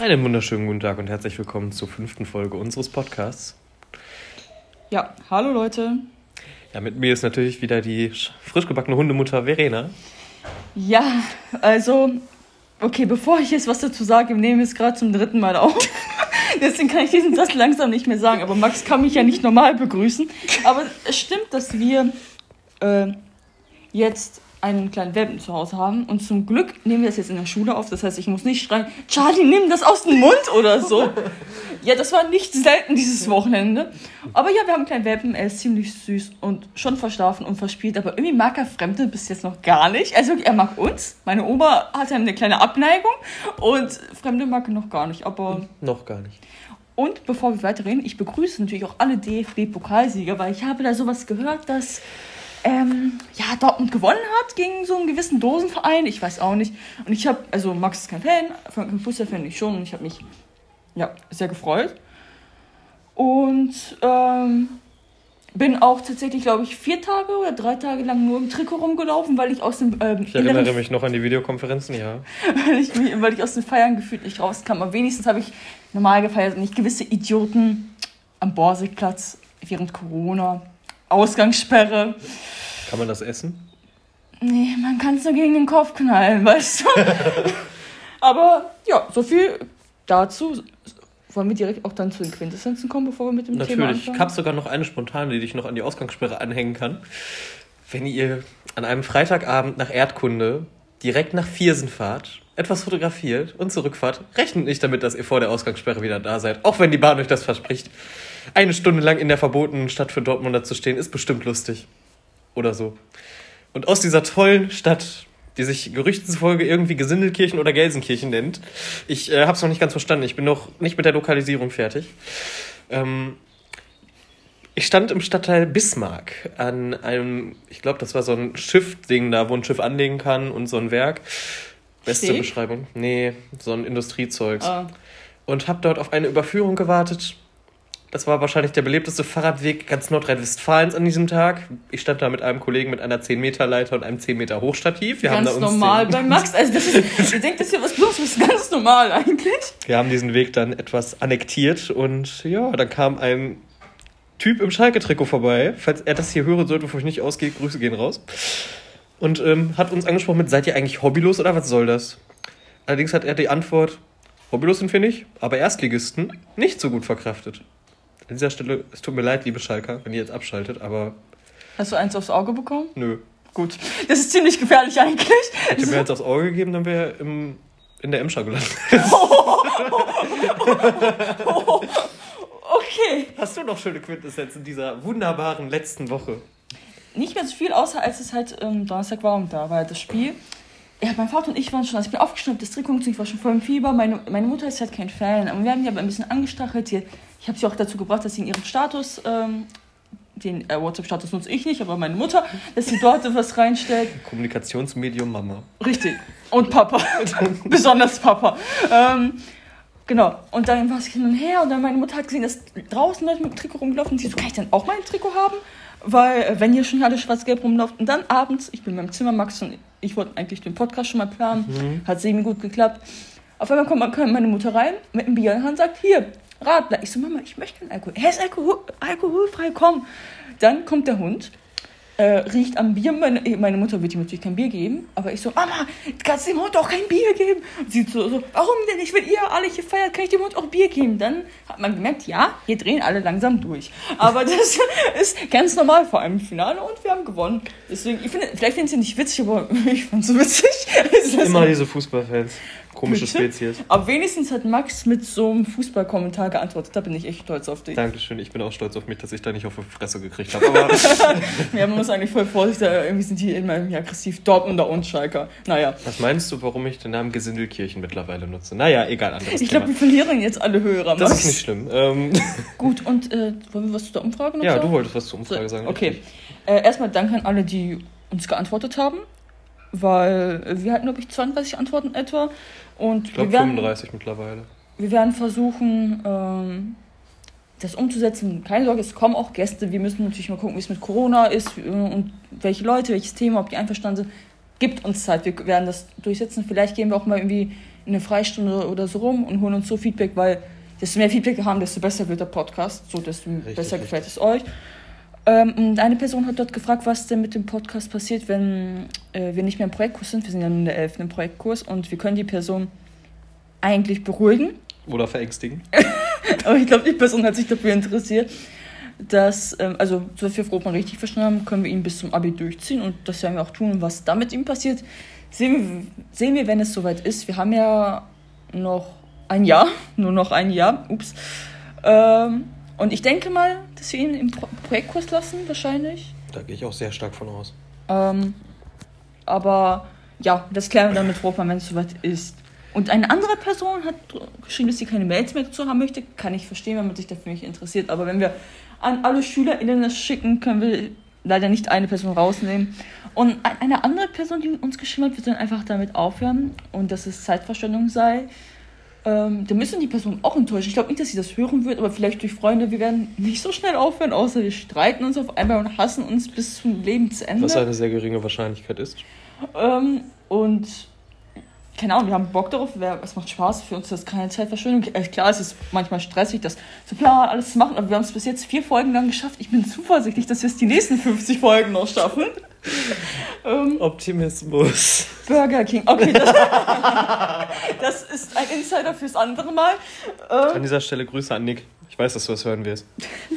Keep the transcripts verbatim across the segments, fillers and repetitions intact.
Einen wunderschönen guten Tag und herzlich willkommen zur fünften Folge unseres Podcasts. Ja, hallo Leute. Ja, mit mir ist natürlich wieder die frisch gebackene Hundemutter Verena. Ja, also, okay, bevor ich jetzt was dazu sage, wir nehmen es gerade zum dritten Mal auf. Deswegen kann ich diesen Satz langsam nicht mehr sagen. Aber Max kann mich ja nicht normal begrüßen. Aber es stimmt, dass wir äh, jetzt einen kleinen Welpen zu Hause haben. Und zum Glück nehmen wir das jetzt in der Schule auf. Das heißt, ich muss nicht schreien, Charlie, nimm das aus dem Mund oder so. Ja, das war nicht selten dieses Wochenende. Aber ja, wir haben einen kleinen Welpen. Er ist ziemlich süß und schon verschlafen und verspielt. Aber irgendwie mag er Fremde bis jetzt noch gar nicht. Also er mag uns. Meine Oma hat eine kleine Abneigung. Und Fremde mag er noch gar nicht. Aber noch gar nicht. Und bevor wir weiterreden, ich begrüße natürlich auch alle D F B-Pokalsieger, weil ich habe da sowas gehört, dass ähm, ja, Dortmund gewonnen hat gegen so einen gewissen Dosenverein. Ich weiß auch nicht. Und ich habe, also Max ist kein Fan, kein Fußballfan, ich schon. Und ich habe mich ja, sehr gefreut. Und ähm, bin auch tatsächlich, glaube ich, vier Tage oder drei Tage lang nur im Trikot rumgelaufen, weil ich aus dem... Ähm, ich erinnere mich noch an die Videokonferenzen, ja. weil, ich, weil ich aus den Feiern gefühlt nicht rauskam. Aber wenigstens habe ich normal gefeiert und nicht gewisse Idioten am Borsigplatz während Corona... Ausgangssperre. Kann man das essen? Nee, man kann es nur gegen den Kopf knallen, weißt du? Aber ja, so viel dazu. Wollen wir direkt auch dann zu den Quintessenzen kommen, bevor wir mit dem Natürlich. Thema anfangen? Ich habe sogar noch eine spontane, die ich noch an die Ausgangssperre anhängen kann. Wenn ihr an einem Freitagabend nach Erdkunde direkt nach Viersen fahrt, etwas fotografiert und zurückfahrt, rechnet nicht damit, dass ihr vor der Ausgangssperre wieder da seid, auch wenn die Bahn euch das verspricht. Eine Stunde lang in der verbotenen Stadt für Dortmunder zu stehen, ist bestimmt lustig. Oder so. Und aus dieser tollen Stadt, die sich Gerüchten zufolge irgendwie Gesindelkirchen oder Gelsenkirchen nennt, ich äh, habe es noch nicht ganz verstanden, ich bin noch nicht mit der Lokalisierung fertig. Ähm, ich stand im Stadtteil Bismarck an einem, ich glaube, das war so ein Schiffding da, wo ein Schiff anlegen kann und so ein Werk. Beste Steg? Beschreibung. Nee, so ein Industriezeugs. Ah. Und habe dort auf eine Überführung gewartet. Das war wahrscheinlich der belebteste Fahrradweg ganz Nordrhein-Westfalens an diesem Tag. Ich stand da mit einem Kollegen mit einer zehn Meter Leiter und einem zehn Meter Hochstativ. Wir ganz haben da uns normal den, bei Max. Also das ist, ihr denkt, das ist ja was bloß, das ist ganz normal eigentlich. Wir haben diesen Weg dann etwas annektiert und ja, dann kam ein Typ im Schalke-Trikot vorbei. Falls er das hier hören sollte, bevor ich nicht ausgehe, Grüße gehen raus. Und ähm, hat uns angesprochen mit, seid ihr eigentlich hobbylos oder was soll das? Allerdings hat er die Antwort, hobbylos sind wir nicht, aber Erstligisten nicht so gut verkraftet. An dieser Stelle, es tut mir leid, liebe Schalker, wenn ihr jetzt abschaltet, aber... Hast du eins aufs Auge bekommen? Nö. Gut. Das ist ziemlich gefährlich eigentlich. Hätte mir eins aufs Auge gegeben, dann wäre er im, in der Emscher gelandet. Okay. Hast du noch schöne Quintessenzen dieser wunderbaren letzten Woche? Nicht mehr so viel, außer als es halt ähm, Donnerstag war und da war halt das Spiel. Ja, mein Vater und ich waren schon, also ich bin aufgestanden, das Trikot und ich war schon voll im Fieber. Meine, meine Mutter ist halt kein Fan, aber wir haben die aber ein bisschen angestachelt. Sie, ich habe sie auch dazu gebracht, dass sie in ihrem Status, ähm, den äh, WhatsApp-Status nutze ich nicht, aber meine Mutter, dass sie dort etwas reinstellt. Kommunikationsmedium Mama. Richtig. Und Papa. Besonders Papa. Ähm, genau. Und dann war es hin und her und dann meine Mutter hat gesehen, dass draußen Leute mit dem Trikot rumgelaufen sind. Sie so, kann ich dann auch mein Trikot haben? Weil, wenn ihr schon hier alle schwarz-gelb rumlauft. Und dann abends, ich bin in meinem Zimmer, Max und ich wollte eigentlich den Podcast schon mal planen. Mhm. Hat semi gut geklappt. Auf einmal kommt meine Mutter rein mit einem Bier in der Hand und sagt, hier, Radler. Ich so, Mama, ich möchte keinen Alkohol. Er ist Alkohol, alkoholfrei, komm. Dann kommt der Hund, äh, riecht am Bier. Meine, meine Mutter wird ihm natürlich kein Bier geben. Aber ich so, Mama, kannst du dem Hund auch kein Bier geben? Und sie so, so, warum denn? Ich will ihr alle hier feiern, kann ich dem Hund auch Bier geben? Dann hat man gemerkt, ja, hier drehen alle langsam durch. Aber das ist ganz normal, vor allem im Finale. Und wir haben gewonnen. Deswegen, ich finde, vielleicht finden sie nicht witzig, aber ich fand es so witzig. Immer diese Fußballfans. Komische Bitte? Spezies. Aber wenigstens hat Max mit so einem Fußballkommentar geantwortet. Da bin ich echt stolz auf dich. Dankeschön. Ich bin auch stolz auf mich, dass ich da nicht auf die Fresse gekriegt habe. Aber ja, man muss eigentlich voll vorsichtig sein. Irgendwie sind die immer irgendwie aggressiv. Dortmunder und Schalker. Naja. Was meinst du, warum ich den Namen Gesindelkirchen mittlerweile nutze? Naja, egal, anderes Ich glaube, wir verlieren jetzt alle Hörer, Max. Das ist nicht schlimm. Ähm Gut, und äh, wollen wir was zu der Umfrage noch ja, sagen? du wolltest was zur Umfrage sagen. Okay. Äh, erstmal danke an alle, die uns geantwortet haben. Weil wir hatten, glaube ich, zweiunddreißig Antworten etwa. Und ich glaube wir werden, fünfunddreißig mittlerweile. Wir werden versuchen, ähm, das umzusetzen. Keine Sorge, es kommen auch Gäste. Wir müssen natürlich mal gucken, wie es mit Corona ist und welche Leute, welches Thema, ob die einverstanden sind. Gibt uns Zeit, wir werden das durchsetzen. Vielleicht gehen wir auch mal irgendwie in eine Freistunde oder so rum und holen uns so Feedback, weil desto mehr Feedback wir haben, desto besser wird der Podcast, so desto richtig, besser richtig. gefällt es euch. Ähm, und eine Person hat dort gefragt, was denn mit dem Podcast passiert, wenn äh, wir nicht mehr im Projektkurs sind. Wir sind ja nun in der elften im Projektkurs und wir können die Person eigentlich beruhigen. Oder verängstigen. Aber ich glaube, die Person hat sich dafür interessiert, dass, ähm, also, so viel Frohmann richtig verstanden haben, können wir ihn bis zum Abi durchziehen und das werden wir auch tun. Und was dann mit ihm passiert, sehen wir, sehen wir, wenn es soweit ist. Wir haben ja noch ein Jahr, nur noch ein Jahr, ups. Ähm, und ich denke mal, dass wir ihn im Pro- Projektkurs lassen, wahrscheinlich. Da gehe ich auch sehr stark von aus. Ähm, aber ja, das klären wir dann mit Frohmann, wenn es soweit ist. Und eine andere Person hat geschrieben, dass sie keine Mails mehr dazu haben möchte. Kann ich verstehen, wenn man sich dafür nicht interessiert. Aber wenn wir an alle SchülerInnen das schicken, können wir leider nicht eine Person rausnehmen. Und eine andere Person, die uns geschrieben hat, wird dann einfach damit aufhören und dass es Zeitverschwendung sei. Ähm, dann müssen die Person auch enttäuschen. Ich glaube nicht, dass sie das hören wird, aber vielleicht durch Freunde. Wir werden nicht so schnell aufhören, außer wir streiten uns auf einmal und hassen uns bis zum Lebensende. Was eine sehr geringe Wahrscheinlichkeit ist. Ähm, und keine Ahnung, wir haben Bock darauf, es macht Spaß, für uns ist das keine Zeitverschwendung. Klar, es ist manchmal stressig, das zu planen, alles zu machen, aber wir haben es bis jetzt vier Folgen lang geschafft. Ich bin zuversichtlich, dass wir es die nächsten fünfzig Folgen noch schaffen. ähm, Optimismus. Burger King, okay, das, das ist ein Insider fürs andere Mal. Ähm, an dieser Stelle Grüße an Nick. Ich weiß, dass du das hören wirst.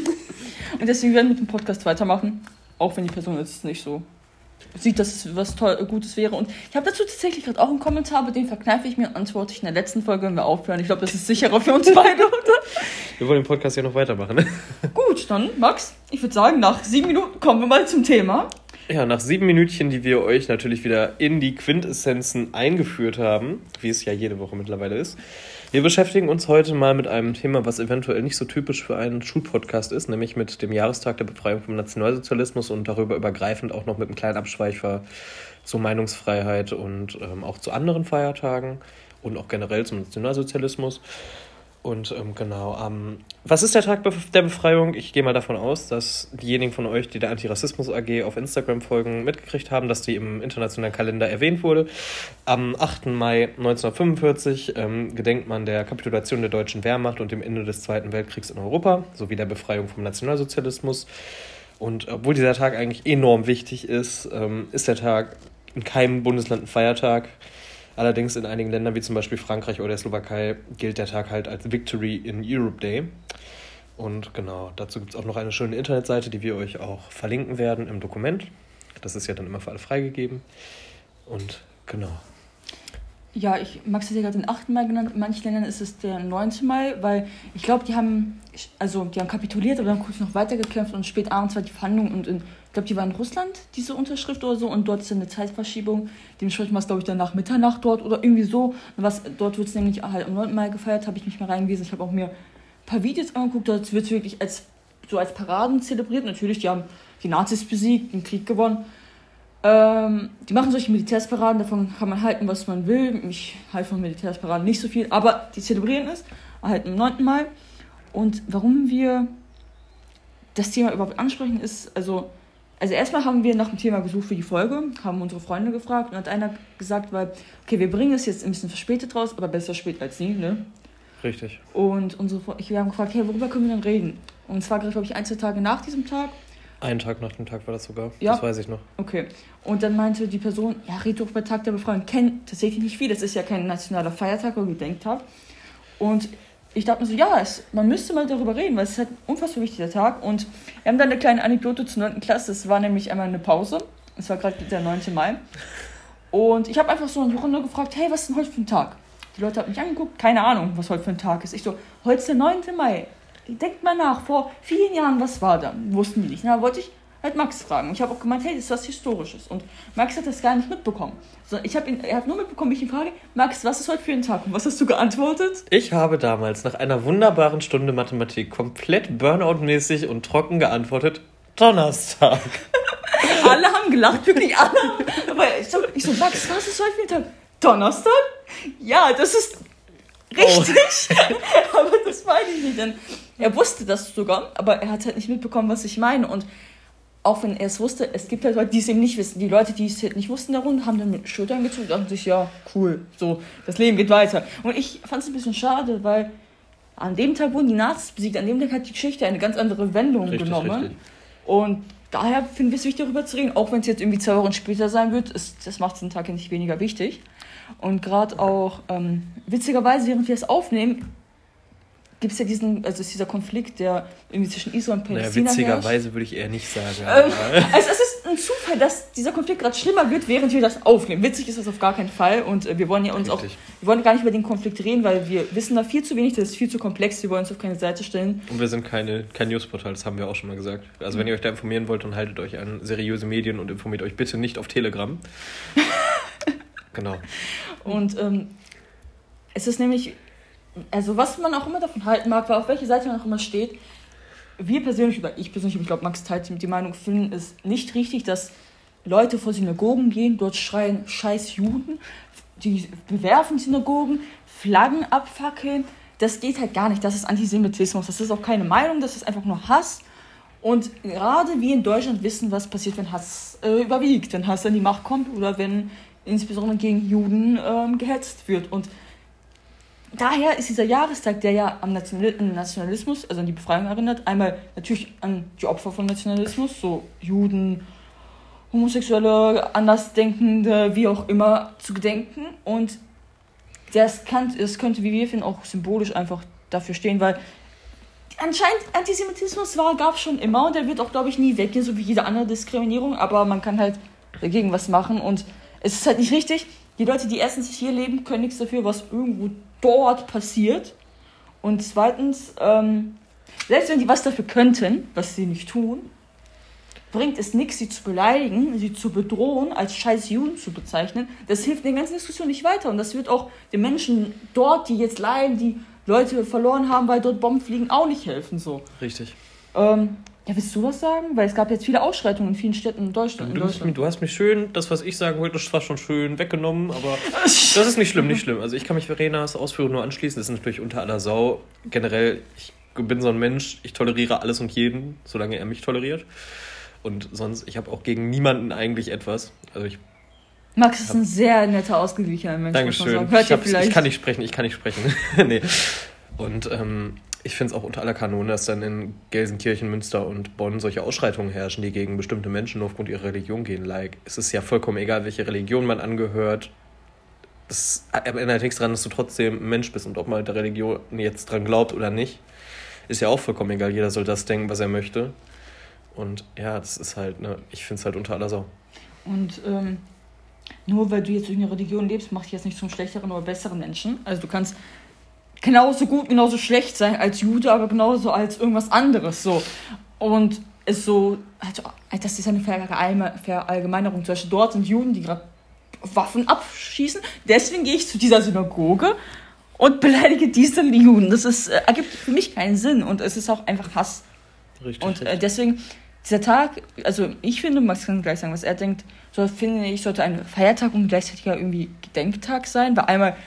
Und deswegen werden wir mit dem Podcast weitermachen, auch wenn die Person jetzt nicht so sieht, dass es was toll, Gutes wäre. Und ich habe dazu tatsächlich gerade auch einen Kommentar, aber den verkneife ich mir und antworte ich in der letzten Folge, wenn wir aufhören. Ich glaube, das ist sicherer für uns beide, oder? Wir wollen den Podcast ja noch weitermachen. Ne? Gut, dann, Max, ich würde sagen, nach sieben Minuten kommen wir mal zum Thema. Ja, nach sieben Minütchen, die wir euch natürlich wieder in die Quintessenzen eingeführt haben, wie es ja jede Woche mittlerweile ist. Wir beschäftigen uns heute mal mit einem Thema, was eventuell nicht so typisch für einen Schulpodcast ist, nämlich mit dem Jahrestag der Befreiung vom Nationalsozialismus und darüber übergreifend auch noch mit einem kleinen Abschweifer zur Meinungsfreiheit und ähm, auch zu anderen Feiertagen und auch generell zum Nationalsozialismus. Und ähm, genau, ähm, was ist der Tag der Befreiung? Ich gehe mal davon aus, dass diejenigen von euch, die der Antirassismus A G auf Instagram folgen, mitgekriegt haben, dass die im internationalen Kalender erwähnt wurde. Am achten Mai neunzehnhundertfünfundvierzig ähm, gedenkt man der Kapitulation der deutschen Wehrmacht und dem Ende des Zweiten Weltkriegs in Europa, sowie der Befreiung vom Nationalsozialismus. Und obwohl dieser Tag eigentlich enorm wichtig ist, ähm, ist der Tag in keinem Bundesland ein Feiertag. Allerdings in einigen Ländern, wie zum Beispiel Frankreich oder der Slowakei, gilt der Tag halt als Victory in Europe Day. Und genau, dazu gibt es auch noch eine schöne Internetseite, die wir euch auch verlinken werden im Dokument. Das ist ja dann immer für alle freigegeben. Und genau. Ja, ich Max hat ja gerade den achten Mai genannt. In manchen Ländern ist es der neunten Mai, weil ich glaube, die haben also die haben kapituliert, aber dann kurz noch weitergekämpft und spät abends war die Verhandlung und in, ich glaube, die war in Russland, diese Unterschrift oder so, und dort ist eine Zeitverschiebung. Dementsprechend war es, glaube ich, dann nach Mitternacht dort oder irgendwie so. Was, dort wird es nämlich halt am neunten Mai gefeiert, habe ich mich mal reingelesen. Ich habe auch mir ein paar Videos angeguckt, dort wird es wirklich als, so als Paraden zelebriert. Natürlich, die haben die Nazis besiegt, den Krieg gewonnen. Ähm, die machen solche Militärsparaden, davon kann man halten, was man will. Ich halte von Militärsparaden nicht so viel, aber die zelebrieren es halt am neunten Mai. Und warum wir das Thema überhaupt ansprechen, ist, also, also erstmal haben wir nach dem Thema gesucht für die Folge, haben unsere Freunde gefragt und hat einer gesagt, weil, okay, wir bringen es jetzt ein bisschen verspätet raus, aber besser spät als nie, ne? Richtig. Und unsere, wir haben gefragt, hey, worüber können wir denn reden? Und zwar, glaube ich, ein, zwei Tage nach diesem Tag. Einen Tag nach dem Tag war das sogar, ja. Das weiß ich noch. Okay, und dann meinte die Person, ja, red doch bei Tag der Befreiung, kennt tatsächlich nicht viel, das ist ja kein nationaler Feiertag oder Gedenktag. Und ich dachte mir so, ja, es, man müsste mal darüber reden, weil es ist halt ein unfassbar wichtiger Tag. Und wir haben dann eine kleine Anekdote zur neunten Klasse. Es war nämlich einmal eine Pause. Es war gerade der neunten Mai. Und ich habe einfach so in die Runde gefragt, hey, was ist denn heute für ein Tag? Die Leute haben mich angeguckt, keine Ahnung, was heute für ein Tag ist. Ich so, heute ist der neunten Mai. Denkt mal nach, vor vielen Jahren, was war da? Wussten die nicht. Na, wollte ich halt Max fragen. Und ich habe auch gemeint, hey, das ist was Historisches. Und Max hat das gar nicht mitbekommen. So, ich hab ihn, er hat nur mitbekommen, wie ich ihn frage, Max, was ist heute für ein Tag? Und was hast du geantwortet? Ich habe damals nach einer wunderbaren Stunde Mathematik komplett Burnout-mäßig und trocken geantwortet, Donnerstag. Alle haben gelacht, wirklich alle. Aber ich so, ich so, Max, was ist heute für ein Tag? Donnerstag? Ja, das ist richtig. Oh. Aber das meine ich nicht. Denn er wusste das sogar, aber er hat halt nicht mitbekommen, was ich meine. Und auch wenn er es wusste, es gibt halt Leute, die es eben nicht wissen. Die Leute, die es halt nicht wussten in der Runde, haben dann mit Schultern gezogen und dachten sich, ja, cool, so, das Leben geht weiter. Und ich fand es ein bisschen schade, weil an dem Tag wurden die Nazis besiegt, an dem Tag hat die Geschichte eine ganz andere Wendung Richtig, genommen. richtig. Und daher finden wir es wichtig, darüber zu reden, auch wenn es jetzt irgendwie zwei Wochen später sein wird, ist, das macht den Tag ja nicht weniger wichtig. Und gerade auch, ähm, witzigerweise, während wir es aufnehmen, gibt es ja diesen, also ist dieser Konflikt, der irgendwie zwischen Israel und Palästina naja, herrscht. witzigerweise würde ich eher nicht sagen. Ähm, also es ist ein Zufall, dass dieser Konflikt gerade schlimmer wird, während wir das aufnehmen. Witzig ist das auf gar keinen Fall und äh, wir wollen ja uns Richtig. auch, wir wollen gar nicht über den Konflikt reden, weil wir wissen da viel zu wenig, das ist viel zu komplex, wir wollen uns auf keine Seite stellen. Und wir sind keine, kein Newsportal, das haben wir auch schon mal gesagt. Also wenn ihr euch da informieren wollt, dann haltet euch an seriöse Medien und informiert euch bitte nicht auf Telegram. Genau. Und ähm, es ist nämlich, also was man auch immer davon halten mag, weil auf welche Seite man auch immer steht, wir persönlich, oder ich persönlich, ich glaube, Max teilt die Meinung, finden es nicht richtig, dass Leute vor Synagogen gehen, dort schreien, scheiß Juden, die bewerfen Synagogen, Flaggen abfackeln. Das geht halt gar nicht, das ist Antisemitismus, das ist auch keine Meinung, das ist einfach nur Hass. Und gerade wir in Deutschland wissen, was passiert, wenn Hass äh, überwiegt, wenn Hass an die Macht kommt oder wenn insbesondere gegen Juden ähm, gehetzt wird. Und daher ist dieser Jahrestag, der ja am Nationalismus, also an die Befreiung erinnert, einmal natürlich an die Opfer von Nationalismus, so Juden, Homosexuelle, Andersdenkende, wie auch immer, zu gedenken. Und das, kann, das könnte, wie wir finden, auch symbolisch einfach dafür stehen, weil anscheinend Antisemitismus war, gab es schon immer und der wird auch, glaube ich, nie weggehen, so wie jede andere Diskriminierung, aber man kann halt dagegen was machen und es ist halt nicht richtig. Die Leute, die erstens hier leben, können nichts dafür, was irgendwo dort passiert. Und zweitens, ähm, selbst wenn die was dafür könnten, was sie nicht tun, bringt es nichts, sie zu beleidigen, sie zu bedrohen, als scheiß Juden zu bezeichnen. Das hilft in der ganzen Diskussion nicht weiter. Und das wird auch den Menschen dort, die jetzt leiden, die Leute verloren haben, weil dort Bomben fliegen, auch nicht helfen. So. Richtig. Ähm, ja, willst du was sagen? Weil es gab jetzt viele Ausschreitungen in vielen Städten in Deutschland. Du, in Deutschland. du hast mich schön, das, was ich sagen wollte, das war schon schön weggenommen, aber das ist nicht schlimm, nicht schlimm. Also ich kann mich Verenas Ausführungen nur anschließen, das ist natürlich unter aller Sau. Generell, ich bin so ein Mensch, ich toleriere alles und jeden, solange er mich toleriert. Und sonst, ich habe auch gegen niemanden eigentlich etwas. Also ich Max ist ein sehr netter, ausgeglichener Mensch. Dankeschön. Hört ich, ihr vielleicht? ich kann nicht sprechen, ich kann nicht sprechen. nee. Und ähm, ich finde es auch unter aller Kanone, dass dann in Gelsenkirchen, Münster und Bonn solche Ausschreitungen herrschen, die gegen bestimmte Menschen nur aufgrund ihrer Religion gehen. Like, es ist ja vollkommen egal, welche Religion man angehört. Es ändert nichts daran, dass du trotzdem ein Mensch bist und ob man mit der Religion jetzt dran glaubt oder nicht, ist ja auch vollkommen egal. Jeder soll das denken, was er möchte. Und ja, das ist halt, ne, ich finde es halt unter aller Sau. Und ähm, nur weil du jetzt durch eine Religion lebst, macht dich jetzt nicht zum schlechteren oder besseren Menschen. Also du kannst genauso gut, genauso schlecht sein als Jude, aber genauso als irgendwas anderes. So. Und es so, also, das ist eine Verallgemeinerung. Zum Beispiel dort sind Juden, die gerade Waffen abschießen. Deswegen gehe ich zu dieser Synagoge und beleidige diese Juden. Das ist, äh, ergibt für mich keinen Sinn und es ist auch einfach Hass. Richtig. Und äh, deswegen, dieser Tag, also ich finde, Max kann gleich sagen, was er denkt, so finde ich, sollte ein Feiertag und gleichzeitig irgendwie Gedenktag sein, weil einmal,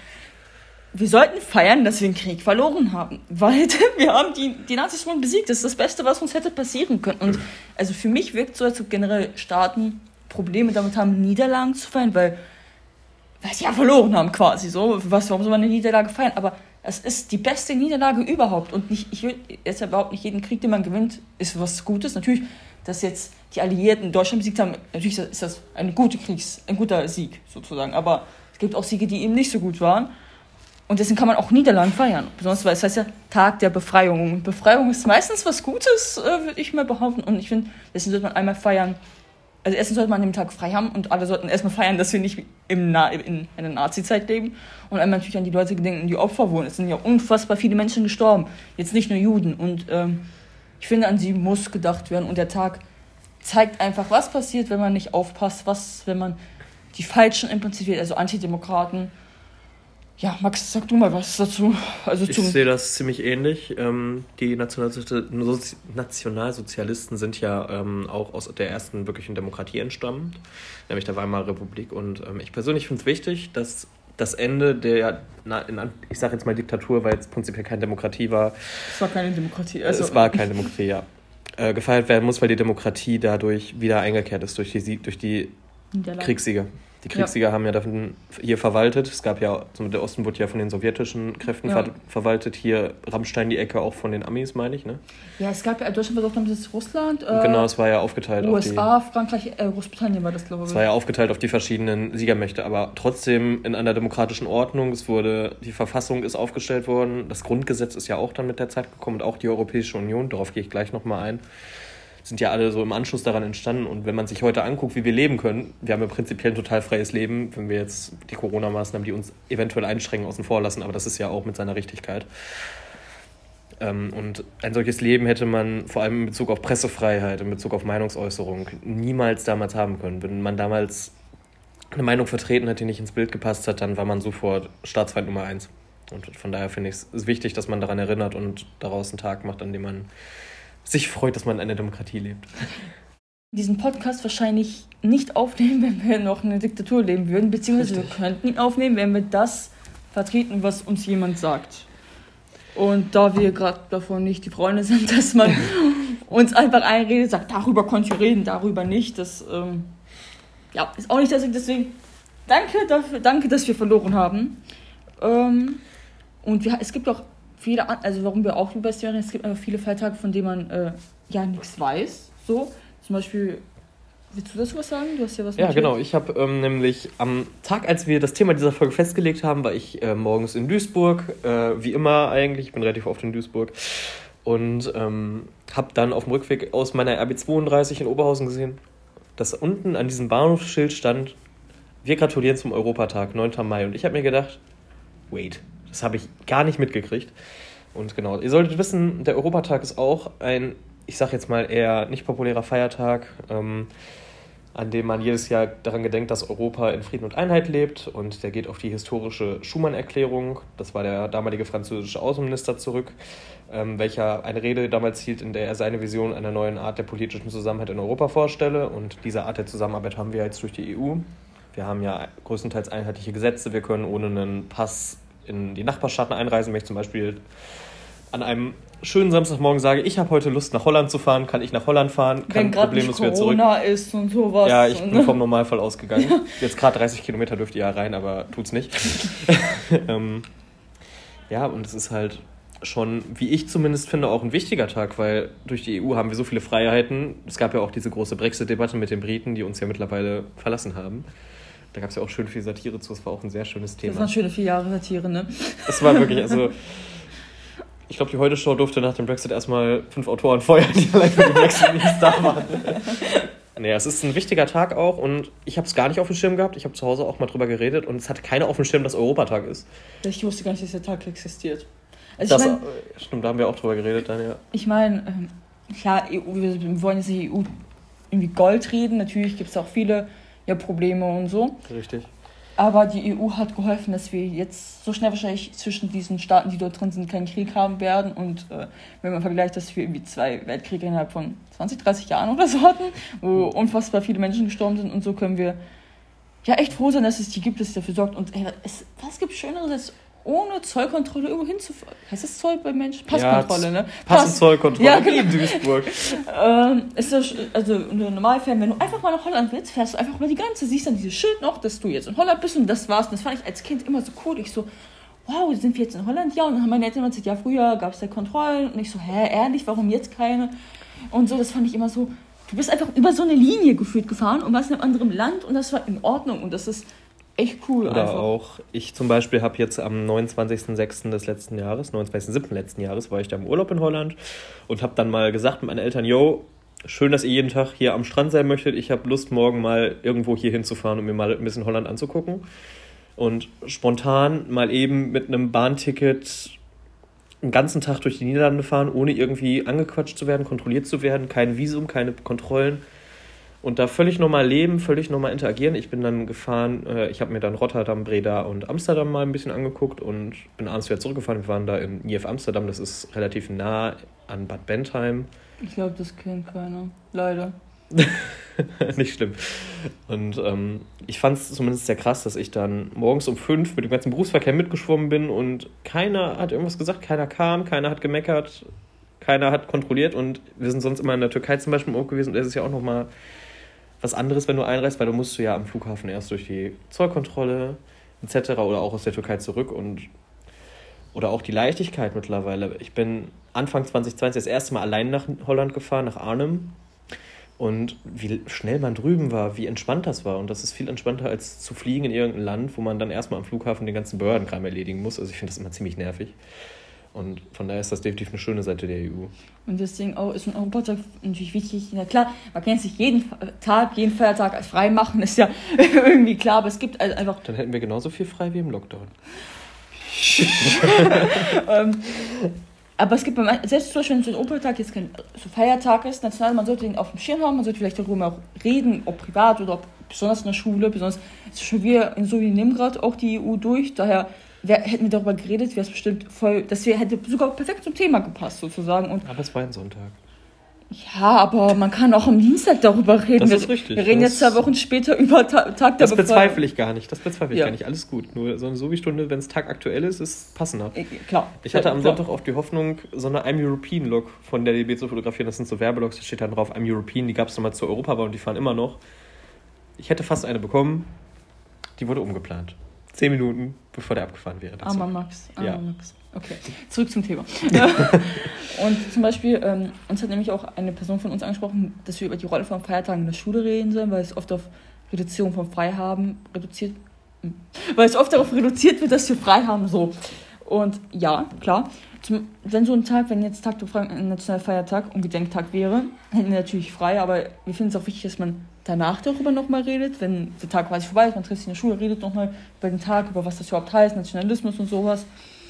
wir sollten feiern, dass wir den Krieg verloren haben, weil wir haben die, die Nazis wurden besiegt, das ist das Beste, was uns hätte passieren können. Und also für mich wirkt so, als ob generell Staaten Probleme damit haben, Niederlagen zu feiern, weil, weil sie ja verloren haben quasi, so, was, warum soll man eine Niederlage feiern, aber es ist die beste Niederlage überhaupt und nicht, ich will jetzt überhaupt nicht jeden Krieg, den man gewinnt, ist was Gutes. Natürlich, dass jetzt die Alliierten Deutschland besiegt haben, natürlich ist das ein guter Kriegs, ein guter Sieg sozusagen, aber es gibt auch Siege, die eben nicht so gut waren und deswegen kann man auch Niederlagen feiern, besonders weil es heißt ja Tag der Befreiung und Befreiung ist meistens was Gutes, äh, würde ich mal behaupten und ich finde, deswegen sollte man einmal feiern. Also erstens sollte man an dem Tag frei haben und alle sollten erstmal feiern, dass wir nicht im Na- in einer Nazi-Zeit leben und einmal natürlich an die Leute gedenken, die Opfer wurden. Es sind ja unfassbar viele Menschen gestorben, jetzt nicht nur Juden. Und ähm, ich finde, an sie muss gedacht werden und der Tag zeigt einfach, was passiert, wenn man nicht aufpasst, was, wenn man die Falschen im Prinzip, also Antidemokraten. Ja, Max, sag du mal was dazu. Also ich zum sehe das ziemlich ähnlich. Ähm, die Nationalsozi- Nationalsozialisten sind ja ähm, auch aus der ersten wirklichen Demokratie entstammt, nämlich der Weimarer Republik. Und ähm, ich persönlich finde es wichtig, dass das Ende der, na, in, ich sage jetzt mal Diktatur, weil es prinzipiell keine Demokratie war. Es war keine Demokratie. Also es war keine Demokratie, ja. äh, gefeiert werden muss, weil die Demokratie dadurch wieder eingekehrt ist, durch die, durch die Kriegssieger. Die Kriegssieger ja. haben ja davon hier verwaltet. Es gab ja, der Osten wurde ja von den sowjetischen Kräften ja. ver- verwaltet. Hier Rammstein die Ecke auch von den Amis, meine ich, ne? Ja, es gab ja, Deutschland war das ist Russland. Äh, genau, es war ja aufgeteilt U S A, auf die... Frankreich, äh, Großbritannien war das, glaube ich. Es war ja aufgeteilt auf die verschiedenen Siegermächte, aber trotzdem in einer demokratischen Ordnung. Es wurde, die Verfassung ist aufgestellt worden. Das Grundgesetz ist ja auch dann mit der Zeit gekommen und auch die Europäische Union. Darauf gehe ich gleich nochmal ein. Sind ja alle so im Anschluss daran entstanden. Und wenn man sich heute anguckt, wie wir leben können, wir haben ja prinzipiell ein total freies Leben, wenn wir jetzt die Corona-Maßnahmen, die uns eventuell einschränken, außen vor lassen, aber das ist ja auch mit seiner Richtigkeit. Ähm, und ein solches Leben hätte man vor allem in Bezug auf Pressefreiheit, in Bezug auf Meinungsäußerung niemals damals haben können. Wenn man damals eine Meinung vertreten hat, die nicht ins Bild gepasst hat, dann war man sofort Staatsfeind Nummer eins. Und von daher finde ich es wichtig, dass man daran erinnert und daraus einen Tag macht, an dem man sich freut, dass man in einer Demokratie lebt. Diesen Podcast wahrscheinlich nicht aufnehmen, wenn wir noch in einer Diktatur leben würden, beziehungsweise Richtig. wir könnten ihn aufnehmen, wenn wir das vertreten, was uns jemand sagt. Und da wir gerade davon nicht die Freunde sind, dass man uns einfach einredet, sagt, darüber könnt ihr reden, darüber nicht, das ähm, ja, ist auch nicht, dass ich deswegen danke dafür, danke, dass wir verloren haben. Ähm, und wir, es gibt auch viele, also warum wir auch über Serien, es gibt einfach viele Feiertage, von denen man äh, ja nichts weiß. So, zum Beispiel, willst du dazu was sagen? Du hast ja was Ja, genau. Ich habe ähm, nämlich am Tag, als wir das Thema dieser Folge festgelegt haben, war ich äh, morgens in Duisburg, äh, wie immer eigentlich, ich bin relativ oft in Duisburg, und ähm, habe dann auf dem Rückweg aus meiner R B zweiunddreißig in Oberhausen gesehen, dass unten an diesem Bahnhofsschild stand, wir gratulieren zum Europatag, neunter Mai. Und ich habe mir gedacht, wait, das habe ich gar nicht mitgekriegt. Und genau, ihr solltet wissen, der Europatag ist auch ein, ich sage jetzt mal eher nicht populärer Feiertag, ähm, an dem man jedes Jahr daran gedenkt, dass Europa in Frieden und Einheit lebt. Und der geht auf die historische Schuman-Erklärung, das war der damalige französische Außenminister, zurück, ähm, welcher eine Rede damals hielt, in der er seine Vision einer neuen Art der politischen Zusammenarbeit in Europa vorstelle. Und diese Art der Zusammenarbeit haben wir jetzt durch die E U. Wir haben ja größtenteils einheitliche Gesetze, wir können ohne einen Pass in die Nachbarstaaten einreisen. Wenn ich zum Beispiel an einem schönen Samstagmorgen sage, ich habe heute Lust nach Holland zu fahren, kann ich nach Holland fahren, kann problemlos wieder zurück. Wenn gerade Corona ist und sowas. Ja, ich bin vom Normalfall ausgegangen. Jetzt gerade dreißig Kilometer dürft ihr ja rein, aber tut's nicht. ähm, ja, und es ist halt schon, wie ich zumindest finde, auch ein wichtiger Tag, weil durch die E U haben wir so viele Freiheiten. Es gab ja auch diese große Brexit-Debatte mit den Briten, die uns ja mittlerweile verlassen haben. Da gab es ja auch schön viel Satire zu, es war auch ein sehr schönes Thema. Das waren schöne vier Jahre Satire, ne? Das war wirklich, also ich glaube, die Heute-Show durfte nach dem Brexit erstmal fünf Autoren feuern, die allein für den Brexit nicht da waren. Naja, es ist ein wichtiger Tag auch und ich habe es gar nicht auf dem Schirm gehabt. Ich habe zu Hause auch mal drüber geredet und es hatte keiner auf dem Schirm, dass Europatag ist. Ich wusste gar nicht, dass der Tag existiert. Also das, ich mein, stimmt, da haben wir auch drüber geredet dann, ja. Ich meine, ähm, klar, E U, wir wollen jetzt nicht E U irgendwie Gold reden. Natürlich gibt es auch viele ja, Probleme und so. Richtig. Aber die E U hat geholfen, dass wir jetzt so schnell wahrscheinlich zwischen diesen Staaten, die dort drin sind, keinen Krieg haben werden. Und äh, wenn man vergleicht, dass wir irgendwie zwei Weltkriege innerhalb von zwanzig, dreißig Jahren oder so hatten, wo unfassbar viele Menschen gestorben sind und so, können wir ja echt froh sein, dass es die gibt, dass es dafür sorgt. Und ey, es, was gibt Schöneres, als ohne Zollkontrolle irgendwo hinzufahren? Heißt das Zoll bei Menschen? Passkontrolle, ja, ne? Pass- und Zollkontrolle ja, genau. in Duisburg. ähm, ist das, also in Normalfällen, wenn du einfach mal nach Holland willst, fährst du einfach über die Grenze, siehst dann dieses Schild noch, dass du jetzt in Holland bist und das war's. Und das fand ich als Kind immer so cool. Ich so, wow, sind wir jetzt in Holland? Ja, und dann haben meine Eltern gesagt, ja, früher gab es ja Kontrollen. Und ich so, hä, ehrlich, warum jetzt keine? Und so, das fand ich immer so, du bist einfach über so eine Linie gefühlt gefahren und warst in einem anderen Land und das war in Ordnung und das ist echt cool. Oder einfach. auch, ich zum Beispiel habe jetzt am neunundzwanzigsten sechsten des letzten Jahres, neunundzwanzigsten siebten letzten Jahres, war ich da im Urlaub in Holland und habe dann mal gesagt mit meinen Eltern, yo, schön, dass ihr jeden Tag hier am Strand sein möchtet. Ich habe Lust, morgen mal irgendwo hier hinzufahren und mir mal ein bisschen Holland anzugucken. Und spontan mal eben mit einem Bahnticket einen ganzen Tag durch die Niederlande fahren, ohne irgendwie angequatscht zu werden, kontrolliert zu werden, kein Visum, keine Kontrollen. Und da völlig normal leben, völlig normal interagieren. Ich bin dann gefahren, äh, ich habe mir dann Rotterdam, Breda und Amsterdam mal ein bisschen angeguckt und bin abends wieder zurückgefahren. Wir waren da in I F Amsterdam, das ist relativ nah an Bad Bentheim. Ich glaube, das kennt keiner. Leider. Nicht schlimm. Und ähm, ich fand es zumindest sehr krass, dass ich dann morgens um fünf mit dem ganzen Berufsverkehr mitgeschwommen bin und keiner hat irgendwas gesagt, keiner kam, keiner hat gemeckert, keiner hat kontrolliert und wir sind sonst immer in der Türkei zum Beispiel im Urlaub gewesen und es ist ja auch nochmal was anderes, wenn du einreist, weil du musst du ja am Flughafen erst durch die Zollkontrolle et cetera oder auch aus der Türkei zurück und oder auch die Leichtigkeit mittlerweile. Ich bin Anfang zwanzig zwanzig das erste Mal allein nach Holland gefahren, nach Arnhem. Und wie schnell man drüben war, wie entspannt das war. Und das ist viel entspannter, als zu fliegen in irgendein Land, wo man dann erstmal am Flughafen den ganzen Behördenkram erledigen muss. Also ich finde das immer ziemlich nervig. Und von daher ist das definitiv eine schöne Seite der E U. Und deswegen auch, ist ein Europatag natürlich wichtig. Na klar, man kann jetzt nicht jeden Tag, jeden Feiertag als frei machen, ist ja irgendwie klar, aber es gibt also einfach... Dann hätten wir genauso viel frei wie im Lockdown. ähm, aber es gibt, beim, selbst zum Beispiel, wenn so ein Europatag jetzt kein so Feiertag ist, national, man sollte den auf dem Schirm haben, man sollte vielleicht darüber auch reden, ob privat oder ob besonders in der Schule, besonders ist schon wir in so wie Nimgrad auch die E U durch, daher wär, hätten wir darüber geredet, wäre es bestimmt voll, das wär, hätte sogar perfekt zum Thema gepasst sozusagen. Und aber es war ein Sonntag. Ja, aber man kann auch am Dienstag darüber reden. Das ist richtig. Wir reden das jetzt zwei Wochen später über Ta- Tag der Das Befreiung. bezweifle ich gar nicht. Das bezweifle ich Ja. gar nicht. Alles gut. Nur so eine Sowie-Stunde, wenn es tagaktuell ist, ist passender. Äh, Klar. Ich hatte am Klar. Sonntag auch die Hoffnung, so eine I'm European-Log von der D B zu fotografieren. Das sind so Werbelogs, da steht dann drauf I'm European. Die gab es nochmal zur Europawahl und die fahren immer noch. Ich hätte fast eine bekommen. Die wurde umgeplant. Zehn Minuten, bevor der abgefahren wäre. Armer Max. Armer Ja. Max. Okay, zurück zum Thema. Und zum Beispiel, ähm, uns hat nämlich auch eine Person von uns angesprochen, dass wir über die Rolle von Feiertagen in der Schule reden sollen, weil es oft auf Reduzierung von Freihaben reduziert, weil es oft darauf reduziert wird, dass wir frei haben, so. Und ja, klar, zum, wenn so ein Tag, wenn jetzt Tag der Befreiung ein nationaler Feiertag und Gedenktag wäre, hätten wir natürlich frei, aber wir finden es auch wichtig, dass man danach darüber nochmal redet, wenn der Tag quasi vorbei ist, man trifft sich in der Schule, redet nochmal über den Tag, über was das überhaupt heißt, Nationalismus und sowas.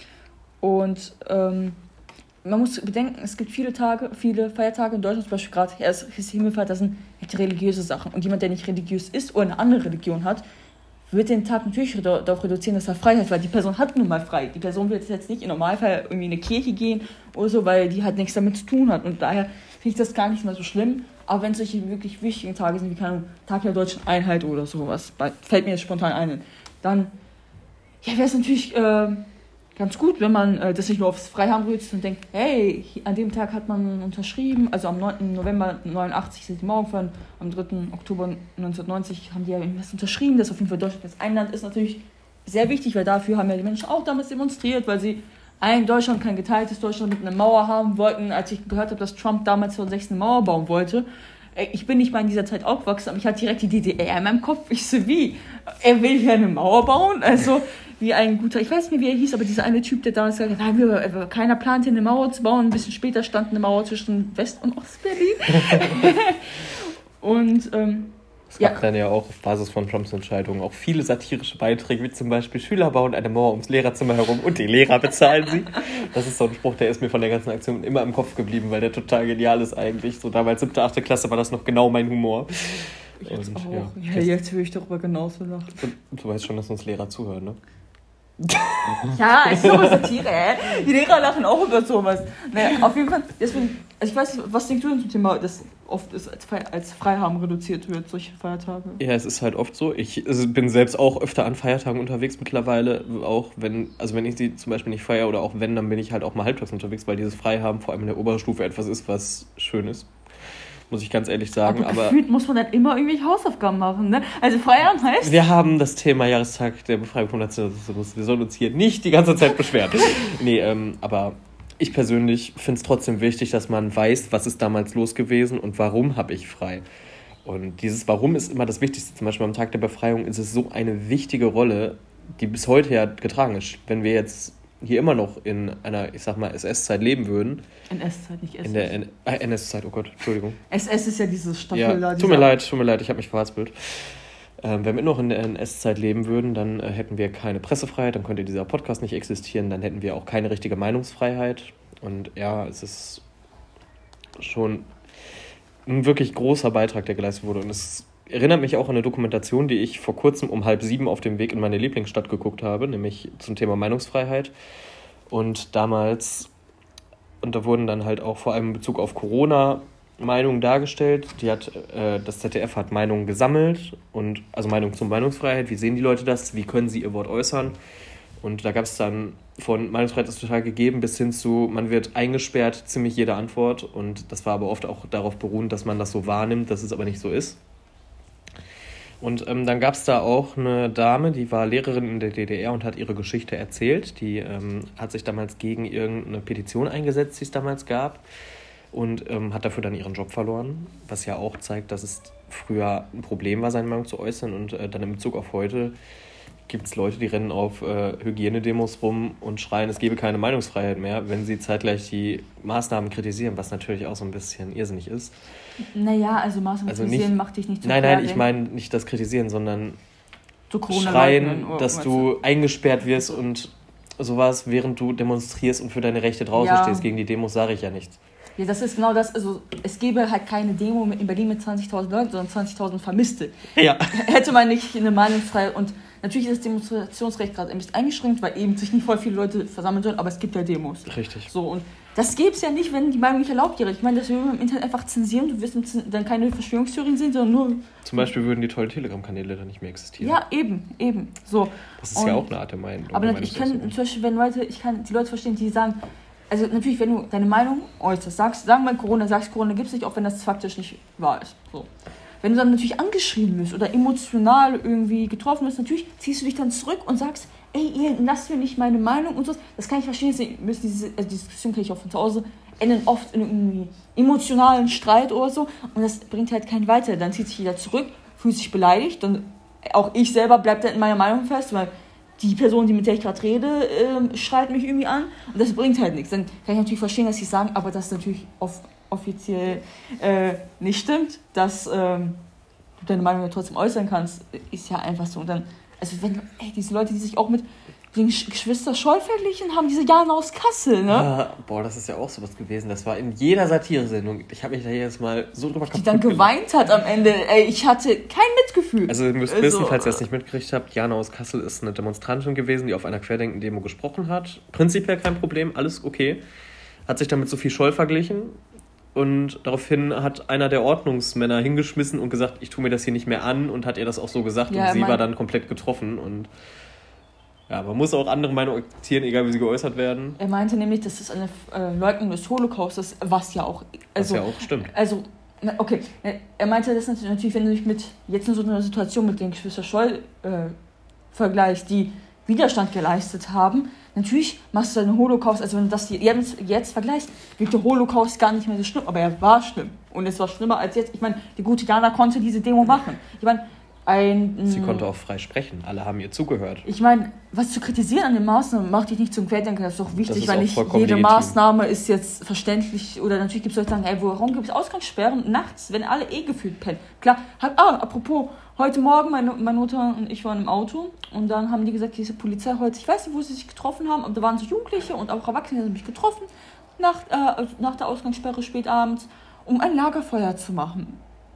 Und ähm, man muss bedenken, es gibt viele Tage, viele Feiertage in Deutschland, zum Beispiel gerade Christi Himmelfahrt, das sind halt religiöse Sachen. Und jemand, der nicht religiös ist oder eine andere Religion hat, wird den Tag natürlich darauf reduzieren, dass er frei hat, weil die Person hat nun mal frei. Die Person wird jetzt nicht im Normalfall irgendwie in eine Kirche gehen oder so, weil die halt nichts damit zu tun hat. Und daher finde ich das gar nicht mal so schlimm. Aber wenn es solche wirklich wichtigen Tage sind, wie keine Ahnung, Tag der Deutschen Einheit oder sowas, fällt mir jetzt spontan ein, dann ja, wäre es natürlich äh, ganz gut, wenn man äh, das nicht nur aufs Freihaben reduziert und denkt, hey, an dem Tag hat man unterschrieben, also am neunten November neunundachtzig sind die Mauern, am dritten Oktober neunzehnhundertneunzig haben die ja irgendwas unterschrieben, dass auf jeden Fall Deutschland das ein Land ist, natürlich sehr wichtig, weil dafür haben ja die Menschen auch damals demonstriert, weil sie ein Deutschland, kein geteiltes Deutschland mit einer Mauer haben wollten. Als ich gehört habe, dass Trump damals zweitausendsechs eine Mauer bauen wollte, ich bin nicht mal in dieser Zeit aufgewachsen, aber ich hatte direkt die D D R in meinem Kopf. Ich so, wie? Er will hier eine Mauer bauen? Also, wie ein guter, ich weiß nicht mehr, wie er hieß, aber dieser eine Typ, der damals gesagt hat, wir, keiner plant hier eine Mauer zu bauen. Ein bisschen später stand eine Mauer zwischen West- und Ostberlin. Und, ähm, Es gab ja. dann ja auch auf Basis von Trumps Entscheidungen auch viele satirische Beiträge, wie zum Beispiel Schüler bauen eine Mauer ums Lehrerzimmer herum und die Lehrer bezahlen sie. Das ist so ein Spruch, der ist mir von der ganzen Aktion immer im Kopf geblieben, weil der total genial ist eigentlich. So damals siebte, achte Klasse war das noch genau mein Humor. Jetzt und, auch. Ja, Ja, jetzt will ich darüber genauso lachen. Und du weißt schon, dass uns Lehrer zuhören, ne? Ja, ist sowas Satire, hä? Die Lehrer lachen auch über sowas. Naja, auf jeden Fall, deswegen, also ich weiß nicht, was denkst du denn zum Thema, dass oft ist als, Fre- als Freihaben reduziert wird, solche Feiertage? Ja, es ist halt oft so. Ich also bin selbst auch öfter an Feiertagen unterwegs mittlerweile, auch wenn, also wenn ich sie zum Beispiel nicht feiere oder auch wenn, dann bin ich halt auch mal halbtags unterwegs, weil dieses Freihaben vor allem in der Oberstufe etwas ist, was schön ist. Muss ich ganz ehrlich sagen. Aber, aber gefühlt muss man dann immer irgendwelche Hausaufgaben machen, ne? Also Feierabend heißt... Wir haben das Thema Jahrestag der Befreiung vom Nationalismus. Wir sollen uns hier nicht die ganze Zeit beschweren. nee, ähm, aber ich persönlich finde es trotzdem wichtig, dass man weiß, was ist damals los gewesen und warum habe ich frei. Und dieses Warum ist immer das Wichtigste. Zum Beispiel am Tag der Befreiung ist es so eine wichtige Rolle, die bis heute ja getragen ist. Wenn wir jetzt hier immer noch in einer, ich sag mal, S S-Zeit leben würden. N S-Zeit, nicht S S. In der N- äh, N S-Zeit, oh Gott, Entschuldigung. S S ist ja dieses Staffel ja, da. Tut mir leid, tut mir leid, ich habe mich verhaspelt. Ähm, wenn wir noch in der N S-Zeit leben würden, dann äh, hätten wir keine Pressefreiheit, dann könnte dieser Podcast nicht existieren, dann hätten wir auch keine richtige Meinungsfreiheit. Und ja, es ist schon ein wirklich großer Beitrag, der geleistet wurde. Und es erinnert mich auch an eine Dokumentation, die ich vor kurzem um halb sieben auf dem Weg in meine Lieblingsstadt geguckt habe, nämlich zum Thema Meinungsfreiheit. Und damals, und da wurden dann halt auch vor allem in Bezug auf Corona Meinungen dargestellt. Die hat, äh, das Z D F hat Meinungen gesammelt, und also Meinungen zur Meinungsfreiheit. Wie sehen die Leute das? Wie können sie ihr Wort äußern? Und da gab es dann von Meinungsfreiheit ist total gegeben bis hin zu, man wird eingesperrt, ziemlich jede Antwort. Und das war aber oft auch darauf beruhend, dass man das so wahrnimmt, dass es aber nicht so ist. Und ähm, dann gab es da auch eine Dame, die war Lehrerin in der D D R und hat ihre Geschichte erzählt. Die ähm, hat sich damals gegen irgendeine Petition eingesetzt, die es damals gab. Und ähm, hat dafür dann ihren Job verloren. Was ja auch zeigt, dass es früher ein Problem war, seine Meinung zu äußern. Und äh, dann in Bezug auf heute gibt es Leute, die rennen auf äh, Hygienedemos rum und schreien, es gebe keine Meinungsfreiheit mehr, wenn sie zeitgleich die Maßnahmen kritisieren, was natürlich auch so ein bisschen irrsinnig ist. Naja, also Maßnahmen also kritisieren nicht, macht dich nicht zu Nein, nein, ich meine nicht das Kritisieren, sondern schreien, dass du eingesperrt wirst und sowas, während du demonstrierst und für deine Rechte draußen ja. stehst. Gegen die Demos sage ich ja nichts. Ja, das ist genau das. Also es gäbe halt keine Demo in Berlin mit zwanzigtausend Leuten, sondern zwanzigtausend Vermisste. Ja. Hätte man nicht eine Meinungsfreiheit. Und natürlich ist das Demonstrationsrecht gerade ein bisschen eingeschränkt, weil eben sich nicht voll viele Leute versammeln sollen, aber es gibt ja Demos. Richtig. So, und das gäbe es ja nicht, wenn die Meinung nicht erlaubt wäre. Ich meine, das würde man im Internet einfach zensieren. Du wirst dann keine Verschwörungstheorien sehen, sondern nur... Zum Beispiel würden die tollen Telegram-Kanäle dann nicht mehr existieren. Ja, eben, eben. So. Das ist und, ja auch eine Art der Meinung. Aber ich kann zum Beispiel, wenn Leute, ich kann die Leute verstehen, die sagen... Also natürlich, wenn du deine Meinung äußerst, sagst, sagen wir Corona, sagst Corona gibt es nicht, auch wenn das faktisch nicht wahr ist. So. Wenn du dann natürlich angeschrien wirst oder emotional irgendwie getroffen wirst, natürlich ziehst du dich dann zurück und sagst, ey, ihr lasst mir nicht meine Meinung und so. Das kann ich verstehen, müssen diese also die Diskussion kenne ich auch von zu Hause, enden oft in irgendwie emotionalen Streit oder so und das bringt halt keinen weiter. Dann zieht sich jeder zurück, fühlt sich beleidigt und auch ich selber bleibe dann in meiner Meinung fest, weil die Person, die mit der ich gerade rede, äh, schreit mich irgendwie an und das bringt halt nichts. Dann kann ich natürlich verstehen, dass sie sagen, aber das natürlich off- offiziell äh, nicht stimmt, dass ähm, du deine Meinung ja trotzdem äußern kannst, ist ja einfach so. Und dann, also wenn, ey, diese Leute, die sich auch mit den Geschwister Scholl verglichen haben, diese Jana aus Kassel, ne? Ja, boah, das ist ja auch sowas gewesen. Das war in jeder Satire-Sendung. Ich habe mich da jedes Mal so drüber kaputt die dann geweint hat am Ende. Ey, ich hatte kein Mitgefühl. Also ihr müsst wissen, falls ihr das nicht mitgekriegt habt, Jana aus Kassel ist eine Demonstrantin gewesen, die auf einer Querdenken-Demo gesprochen hat. Prinzipiell kein Problem, alles okay. Hat sich damit Sophie Scholl verglichen. Und daraufhin hat einer der Ordnungsmänner hingeschmissen und gesagt, ich tue mir das hier nicht mehr an und hat ihr das auch so gesagt. Ja, und sie war dann komplett getroffen und... Ja, man muss auch andere Meinungen akzeptieren, egal wie sie geäußert werden. Er meinte nämlich, das ist eine äh, Leugnung des Holocaustes, was ja auch... Also, was ja auch stimmt. Also, okay, er meinte, das ist natürlich, wenn du dich mit jetzt in so einer Situation mit den Geschwister Scholl äh, vergleichst, die Widerstand geleistet haben, natürlich machst du einen Holocaust, also wenn du das jetzt, jetzt vergleichst, wird der Holocaust gar nicht mehr so schlimm, aber er war schlimm. Und es war schlimmer als jetzt. Ich meine, die gute Jana konnte diese Demo machen. Ich meine, Ein, Sie konnte auch frei sprechen. Alle haben ihr zugehört. Ich meine, was zu kritisieren an den Maßnahmen macht dich nicht zum Querdenker. Das ist doch wichtig, weil nicht jede legitim. Maßnahme ist jetzt verständlich. Oder natürlich gibt es Leute, die sagen, ey, warum gibt es Ausgangssperren nachts, wenn alle eh gefühlt pennen? Klar, hab, ah, apropos, heute Morgen, meine, meine Mutter und ich waren im Auto und dann haben die gesagt, diese Polizei heute, ich weiß nicht, wo sie sich getroffen haben, aber da waren so Jugendliche und auch Erwachsene, die haben mich getroffen, nach, äh, nach der Ausgangssperre spät abends, um ein Lagerfeuer zu machen.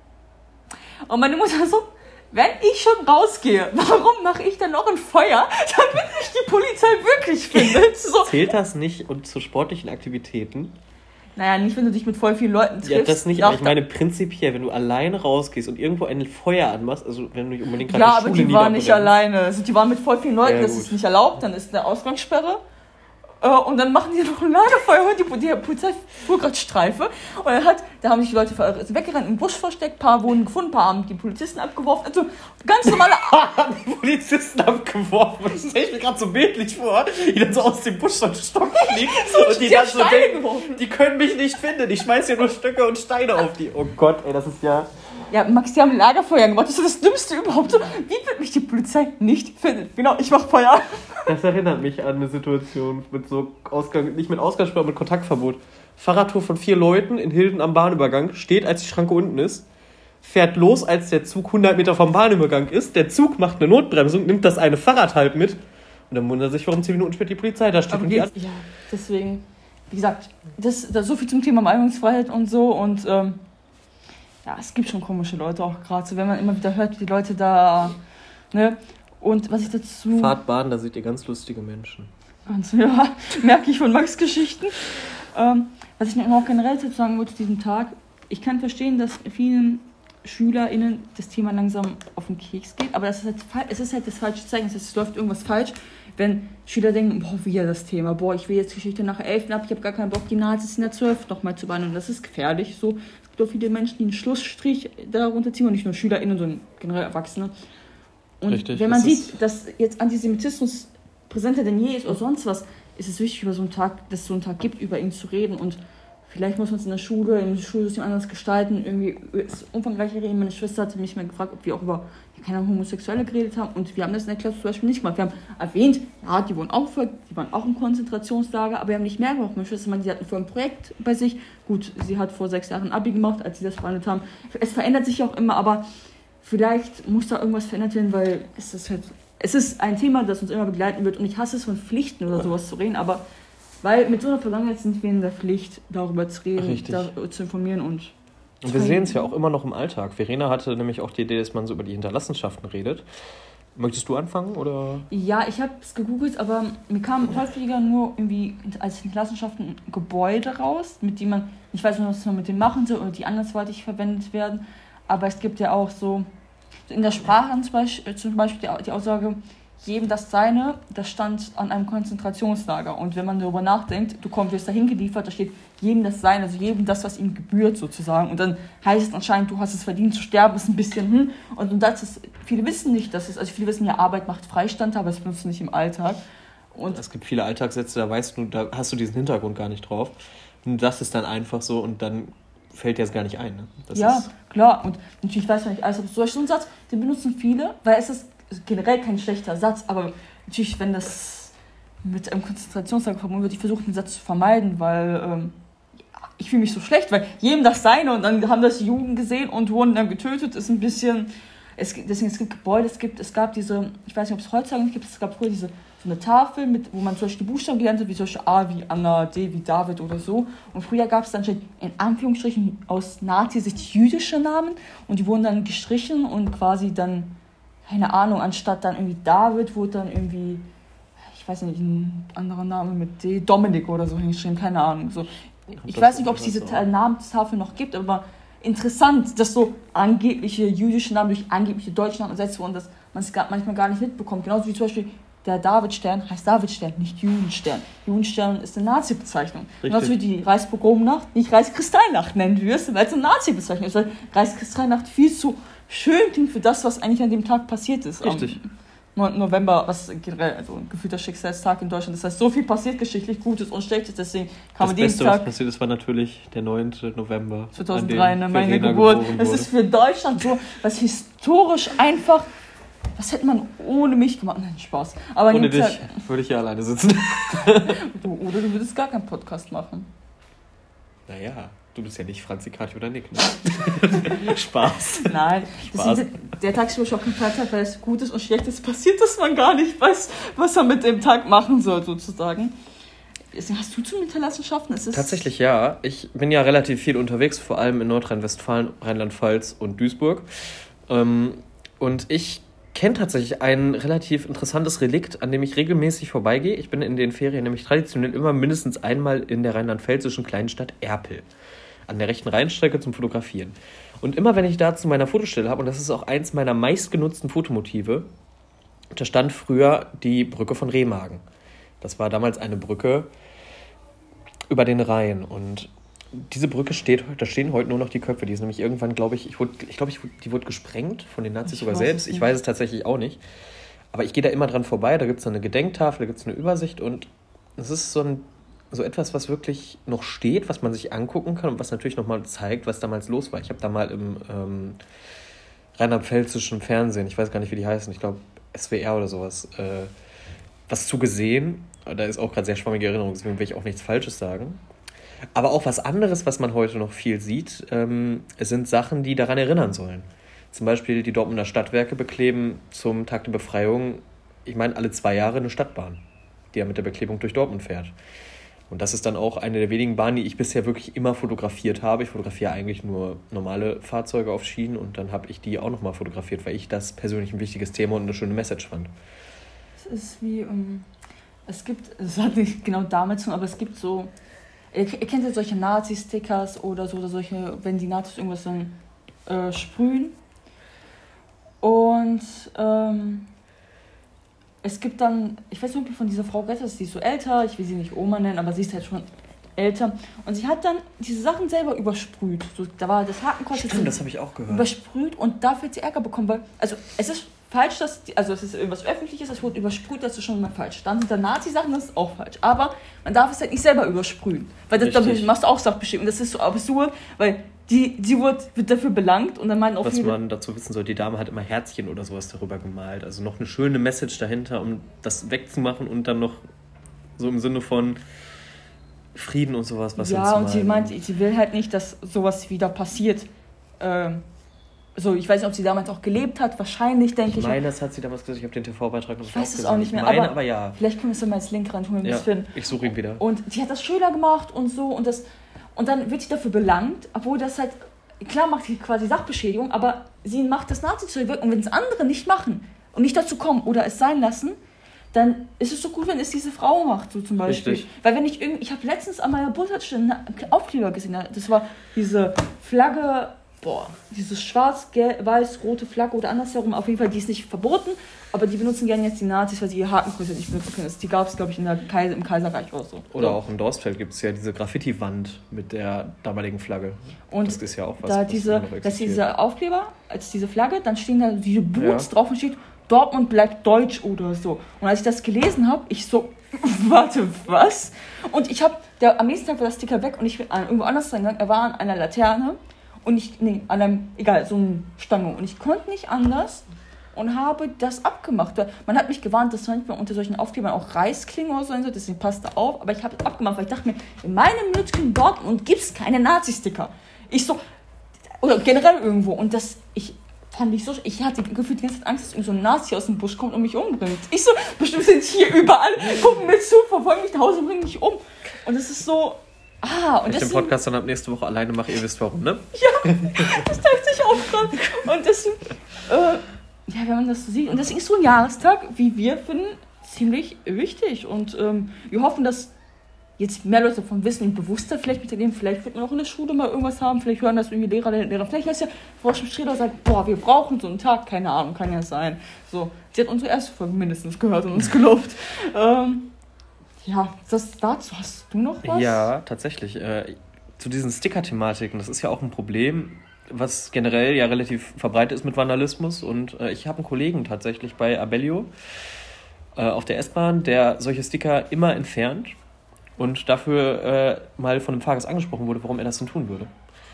Und meine Mutter so, wenn ich schon rausgehe, warum mache ich dann noch ein Feuer, damit mich die Polizei wirklich findet? So. Zählt das nicht und zu sportlichen Aktivitäten? Naja, nicht, wenn du dich mit voll vielen Leuten triffst. Ja, das nicht, aber ich meine prinzipiell, wenn du alleine rausgehst und irgendwo ein Feuer anmachst, also wenn du nicht unbedingt gerade ja, die Schule Ja, aber die waren nicht alleine. Also die waren mit voll vielen Leuten, ja, das ist nicht erlaubt, dann ist eine Ausgangssperre. Und dann machen die noch ein Lagerfeuer und die, die Polizei fuhr gerade Streife. Und dann hat, da haben sich die Leute weggerannt, im Busch versteckt, ein paar wurden gefunden, ein paar haben die Polizisten abgeworfen. Also ganz normale... die Polizisten abgeworfen. Das stelle ich mir gerade so bildlich vor, die dann so aus dem Busch so einen Stock fliegen. und die, die dann so denken, geworfen. Die können mich nicht finden. Ich schmeiß hier nur Stöcke und Steine auf die. Oh Gott, ey, das ist ja... Ja, Max, die haben ein Lagerfeuer gemacht. Das ist das Dümmste überhaupt. Wie wird mich die Polizei nicht finden? Genau, ich mach Feuer. Das erinnert mich an eine Situation mit so Ausgang, nicht mit Ausgangssperre, mit Kontaktverbot. Fahrradtour von vier Leuten in Hilden am Bahnübergang, steht, als die Schranke unten ist, fährt los, als der Zug hundert Meter vom Bahnübergang ist. Der Zug macht eine Notbremsung, nimmt das eine Fahrrad halt mit und dann wundert sich, warum zehn Minuten später die Polizei da steht. Aber und die die an- ja, deswegen, wie gesagt, das, das so viel zum Thema Meinungsfreiheit und so und ähm, ja, es gibt schon komische Leute auch gerade, so wenn man immer wieder hört, wie die Leute da, ne, und was ich dazu... Fahrt Bahn, da seht ihr ganz lustige Menschen. Ganz, ja, merke ich von Max Geschichten. Ähm, was ich noch generell dazu sagen wollte zu diesem Tag, ich kann verstehen, dass vielen SchülerInnen das Thema langsam auf den Keks geht. Aber das ist halt, es ist halt das falsche Zeichen. Das heißt, es läuft irgendwas falsch, wenn Schüler denken, boah, wieder das Thema. Boah, ich will jetzt Geschichte nach der elften ab, ich habe gar keinen Bock, die Nazis in der zwölften nochmal zu behandeln. Das ist gefährlich. So. Es gibt auch viele Menschen, die einen Schlussstrich darunter ziehen und nicht nur SchülerInnen, sondern generell Erwachsene. Und Richtig, wenn man sieht, dass jetzt Antisemitismus präsenter denn je ist oder sonst was, ist es wichtig, über so einen Tag, dass es so einen Tag gibt, über ihn zu reden. Und vielleicht muss man es in der Schule, im Schulsystem anders gestalten, irgendwie umfangreicher reden. Meine Schwester hatte mich mal gefragt, ob wir auch über, keine Ahnung, Homosexuelle geredet haben. Und wir haben das in der Klasse zum Beispiel nicht gemacht. Wir haben erwähnt, ja, die wurden auch, die waren auch im Konzentrationslager, aber wir haben nicht mehr gemacht. Meine Schwester meinte, sie hatten vorher ein Projekt bei sich. Gut, sie hat vor sechs Jahren Abi gemacht, als sie das behandelt haben. Es verändert sich auch immer, aber vielleicht muss da irgendwas verändert werden, weil es ist halt, es ist ein Thema, das uns immer begleiten wird. Und ich hasse es, von Pflichten oder sowas zu reden, aber weil mit so einer Vergangenheit sind wir in der Pflicht, darüber zu reden, da, zu informieren und... Und wir sehen es ja auch immer noch im Alltag. Verena hatte nämlich auch die Idee, dass man so über die Hinterlassenschaften redet. Möchtest du anfangen, oder? Ja, ich habe es gegoogelt, aber mir kamen häufiger nur irgendwie als Hinterlassenschaften Gebäude raus, mit denen man, ich weiß nicht, was man mit denen machen soll oder die andersweitig verwendet werden, aber es gibt ja auch so, in der Sprache zum Beispiel, zum Beispiel die, die Aussage, jedem das Seine, das stand an einem Konzentrationslager. Und wenn man darüber nachdenkt, du kommst, wirst dahin geliefert, da steht jedem das Seine, also jedem das, was ihm gebührt sozusagen. Und dann heißt es anscheinend, du hast es verdient zu sterben, ist ein bisschen, hm. Und, und das ist, viele wissen nicht, dass es, also viele wissen ja, Arbeit macht Freistand, aber es benutzt nicht im Alltag. Und es gibt viele Alltagssätze, da weißt du, da hast du diesen Hintergrund gar nicht drauf. Und das ist dann einfach so und dann fällt dir das gar nicht ein. Ne? Das ja, ist klar. Und natürlich weiß man nicht alles, aber so ein Satz, den benutzen viele, weil es ist generell kein schlechter Satz, aber natürlich, wenn das mit einem Konzentrationslager verbunden wird, ich versuche den Satz zu vermeiden, weil ähm, ich fühle mich so schlecht, weil jedem das Seine und dann haben das die Juden gesehen und wurden dann getötet, ist ein bisschen, es, deswegen es gibt Gebäude, es gibt, es gab diese, ich weiß nicht, ob es heutzutage nicht gibt, es gab früher diese, so eine Tafel, mit, wo man zum Beispiel die Buchstaben gelernt hat, wie solche A wie Anna, D wie David oder so. Und früher gab es dann in Anführungsstrichen aus Nazi-Sicht jüdische Namen und die wurden dann gestrichen und quasi dann, keine Ahnung, anstatt dann irgendwie David, wurde dann irgendwie, ich weiß nicht, ein anderer Name mit D, Dominik oder so hingeschrieben, keine Ahnung. So. Ich weiß nicht, ob es diese Ta- Namenstafel noch gibt, aber interessant, dass so angebliche jüdische Namen durch angebliche deutsche Namen ersetzt wurden, dass man es manchmal gar nicht mitbekommt. Genauso wie zum Beispiel der Davidstern heißt Davidstern, nicht Judenstern. Judenstern ist eine Nazi-Bezeichnung. Genauso wie die Reichspogromnacht nicht Reichskristallnacht nennen wirst, weil es eine Nazi-Bezeichnung ist, weil Reichskristallnacht viel zu schön klingt für das, was eigentlich an dem Tag passiert ist. Richtig. Am neunten November, was generell, also ein gefühlter Schicksalstag in Deutschland. Das heißt, so viel passiert geschichtlich, Gutes und Schlechtes, deswegen kann man diesen Beste, Tag... Das Beste, was passiert ist, war natürlich der neunten November. zweitausenddrei, ne, meine Geburt. Es ist für Deutschland so, was historisch einfach... Was hätte man ohne mich gemacht? Nein, Spaß. Aber ohne dich Tag, würde ich ja alleine sitzen. du, oder du würdest gar keinen Podcast machen. Naja, du bist ja nicht Franzi, Kathi oder Nick, ne? Spaß. Nein, Spaß. Ist, der Tag ist für mich auch kein Feiertag, weil es Gutes und Schlechtes passiert, dass man gar nicht weiß, was er mit dem Tag machen soll, sozusagen. Hast du zu Hinterlassenschaften? Ist es Tatsächlich ja. Ich bin ja relativ viel unterwegs, vor allem in Nordrhein-Westfalen, Rheinland-Pfalz und Duisburg. Und ich kenne tatsächlich ein relativ interessantes Relikt, an dem ich regelmäßig vorbeigehe. Ich bin in den Ferien nämlich traditionell immer mindestens einmal in der rheinland-pfälzischen Kleinstadt Erpel an der rechten Rheinstrecke zum Fotografieren. Und immer wenn ich da zu meiner Fotostelle habe, und das ist auch eins meiner meistgenutzten Fotomotive, da stand früher die Brücke von Remagen. Das war damals eine Brücke über den Rhein und diese Brücke steht, da stehen heute nur noch die Köpfe. Die ist nämlich irgendwann, glaube ich, ich, wurde, ich glaube, ich, die wurde gesprengt von den Nazis ich sogar selbst. Ich weiß es tatsächlich auch nicht. Aber ich gehe da immer dran vorbei. Da gibt es eine Gedenktafel, da gibt es eine Übersicht. Und es ist so, ein, so etwas, was wirklich noch steht, was man sich angucken kann und was natürlich nochmal zeigt, was damals los war. Ich habe da mal im ähm, rheinland-pfälzischen Fernsehen, ich weiß gar nicht, wie die heißen, ich glaube S W R oder sowas, äh, was zugesehen. Da ist auch gerade sehr schwammige Erinnerung, deswegen will ich auch nichts Falsches sagen. Aber auch was anderes, was man heute noch viel sieht, ähm, es sind Sachen, die daran erinnern sollen. Zum Beispiel die Dortmunder Stadtwerke bekleben zum Tag der Befreiung, ich meine, alle zwei Jahre eine Stadtbahn, die ja mit der Beklebung durch Dortmund fährt. Und das ist dann auch eine der wenigen Bahnen, die ich bisher wirklich immer fotografiert habe. Ich fotografiere eigentlich nur normale Fahrzeuge auf Schienen und dann habe ich die auch nochmal fotografiert, weil ich das persönlich ein wichtiges Thema und eine schöne Message fand. Es ist wie, um, es gibt, es hat nicht genau damit zu tun, aber es gibt so, ihr kennt ja solche Nazi-Stickers oder so, oder solche, wenn die Nazis irgendwas dann äh, sprühen. Und ähm, es gibt dann, ich weiß nicht, ob ihr von dieser Frau gehört habt, die ist so älter, ich will sie nicht Oma nennen, aber sie ist halt schon älter. Und sie hat dann diese Sachen selber übersprüht. So, da war das Hakenkreuz. Stimmt, das habe ich auch gehört. Übersprüht und dafür hat sie Ärger bekommen, weil, also es ist falsch, dass, die, also es ist irgendwas Öffentliches, es wurde übersprüht, das ist schon mal falsch. Dann sind da Nazi-Sachen, das ist auch falsch. Aber man darf es halt nicht selber übersprühen, weil das, dann machst du auch Sachbeschädigung. Das ist so absurd, weil die, sie wird, wird dafür belangt und dann meinen auch Was viele, man dazu wissen soll, die Dame hat immer Herzchen oder sowas darüber gemalt. Also noch eine schöne Message dahinter, um das wegzumachen und dann noch so im Sinne von Frieden und sowas was ja, und sie meint, sie will halt nicht, dass sowas wieder passiert. Ähm, so, ich weiß nicht, ob sie damals auch gelebt hat, wahrscheinlich, denke ich. Ich meine, das hat sie damals gesagt, ich habe den T V-Beitrag noch Ich weiß es gesehen. auch nicht mehr, ich meine, aber, aber ja. Vielleicht können wir es dann mal als Link reintun, wenn wir ja, es finden. Ich suche ihn wieder. Und sie hat das schöner gemacht und so und das und dann wird sie dafür belangt, obwohl das halt, klar macht sie quasi Sachbeschädigung, aber sie macht das Nazi-Zeug weg und wenn es andere nicht machen und nicht dazu kommen oder es sein lassen, dann ist es so gut, wenn es diese Frau macht, so zum Beispiel. Richtig. Weil wenn ich irgendwie, ich habe letztens an meiner Bushaltestelle einen Aufkleber gesehen, das war diese Flagge, boah, diese schwarz-weiß-rote Flagge oder andersherum, auf jeden Fall, die ist nicht verboten, aber die benutzen gerne jetzt die Nazis, weil sie ihr Hakenkreuze nicht benutzen können. Die gab es, glaube ich, in der Kaiser, im Kaiserreich oder so. Oder so. auch in Dorstfeld gibt es ja diese Graffiti-Wand mit der damaligen Flagge. Und das ist ja auch was, da was diese, dass diese Aufkleber, als diese Flagge, dann stehen da diese Boots ja. drauf und steht, Dortmund bleibt deutsch oder so. Und als ich das gelesen habe, ich so, warte, was? Und ich habe, am nächsten Tag war das Sticker weg und ich bin irgendwo anders reingegangen. Er war an einer Laterne und ich, nee, an einem, egal, so eine Stange. Und ich konnte nicht anders und habe das abgemacht. Man hat mich gewarnt, dass manchmal unter solchen Aufklebern auch Reisklingen oder so sind, deswegen passt da auf. Aber ich habe es abgemacht, weil ich dachte mir, in meinem München Dortmund gibt es keine Nazi-Sticker. Ich so, oder generell irgendwo. Und das, ich... fand ich so, ich hatte gefühlt die ganze Zeit Angst, dass irgend so ein Nazi aus dem Busch kommt und mich umbringt. Ich so, bestimmt sind hier überall, gucken mir zu, verfolgen mich nach Hause und bringen mich um. Und das ist so, ah. Und wenn ich den Podcast dann ab nächste Woche alleine mache, ihr wisst warum, ne? Ja, das dachte ich auch gerade. Und deswegen, äh, ja, wenn man das so sieht, und deswegen ist so ein Jahrestag, wie wir finden, ziemlich wichtig. Und ähm, wir hoffen, dass jetzt mehr Leute davon wissen und bewusster vielleicht mit dem, vielleicht wird man auch in der Schule mal irgendwas haben, vielleicht hören das irgendwie Lehrer, Lehrer, vielleicht heißt ja Frau Schmidt-Schreder sagt, boah, wir brauchen so einen Tag, keine Ahnung, kann ja sein. So, sie hat unsere erste Folge mindestens gehört und uns gelobt. ähm, ja, das dazu, hast du noch was? Ja, tatsächlich. Äh, zu diesen Sticker-Thematiken, das ist ja auch ein Problem, was generell ja relativ verbreitet ist mit Vandalismus und äh, ich habe einen Kollegen tatsächlich bei Abellio äh, auf der S-Bahn, der solche Sticker immer entfernt. Und dafür äh, mal von einem Fahrgast angesprochen wurde, warum er das denn tun würde.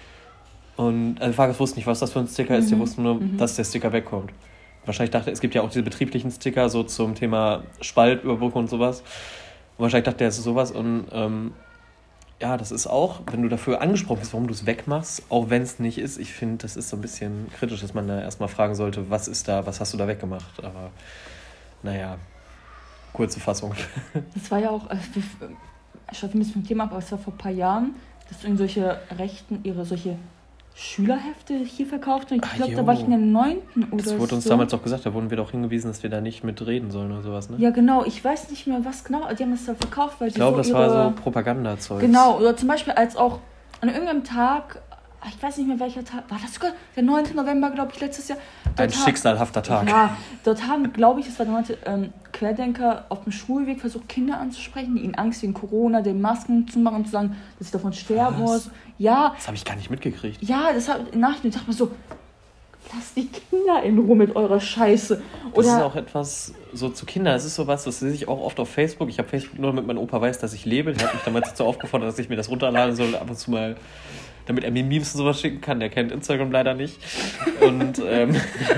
Und also der Fahrgast wusste nicht, was das für ein Sticker mhm. ist, der wusste nur, mhm. dass der Sticker wegkommt. Wahrscheinlich dachte er, es gibt ja auch diese betrieblichen Sticker, so zum Thema Spaltüberbrückung und sowas. Und wahrscheinlich dachte er, es ist sowas. Und ähm, ja, das ist auch, wenn du dafür angesprochen bist, warum du es wegmachst, auch wenn es nicht ist, ich finde, das ist so ein bisschen kritisch, dass man da erstmal fragen sollte, was ist da, was hast du da weggemacht. Aber naja, kurze Fassung. Das war ja auch... Äh, ich schaue ein bisschen vom Thema ab, aber es war vor ein paar Jahren, dass irgendwelche Rechten ihre solche Schülerhefte hier verkauft und ich glaube, da war ich in der neunten oder so. Das wurde uns so. damals auch gesagt, da wurden wir doch hingewiesen, dass wir da nicht mitreden sollen oder sowas, ne? Ja, genau, ich weiß nicht mehr, was genau, die haben das da verkauft, weil ich sie glaube, so das ihre... war so Propagandazeug. Genau, oder zum Beispiel als auch an irgendeinem Tag, ich weiß nicht mehr welcher Tag, war das sogar der neunten November, glaube ich, letztes Jahr. Ein schicksalhafter Tag. Ja, dort haben, glaube ich, das war der neunte Ähm, Querdenker auf dem Schulweg versucht, Kinder anzusprechen, die ihnen Angst wegen Corona, den Masken zu machen und zu sagen, dass sie davon sterben muss. Ja. Das habe ich gar nicht mitgekriegt. Ja, das habe ich nachgedacht, ich dachte mir so, lasst die Kinder in Ruhe mit eurer Scheiße. Oder das ist auch etwas, so zu Kindern, das ist sowas, das sehe ich auch oft auf Facebook. Ich habe Facebook nur, damit mein Opa weiß, dass ich lebe. Der hat mich damals dazu aufgefordert, dass ich mir das runterladen soll, ab und zu mal, damit er mir Memes und sowas schicken kann. Der kennt Instagram leider nicht. Und ähm,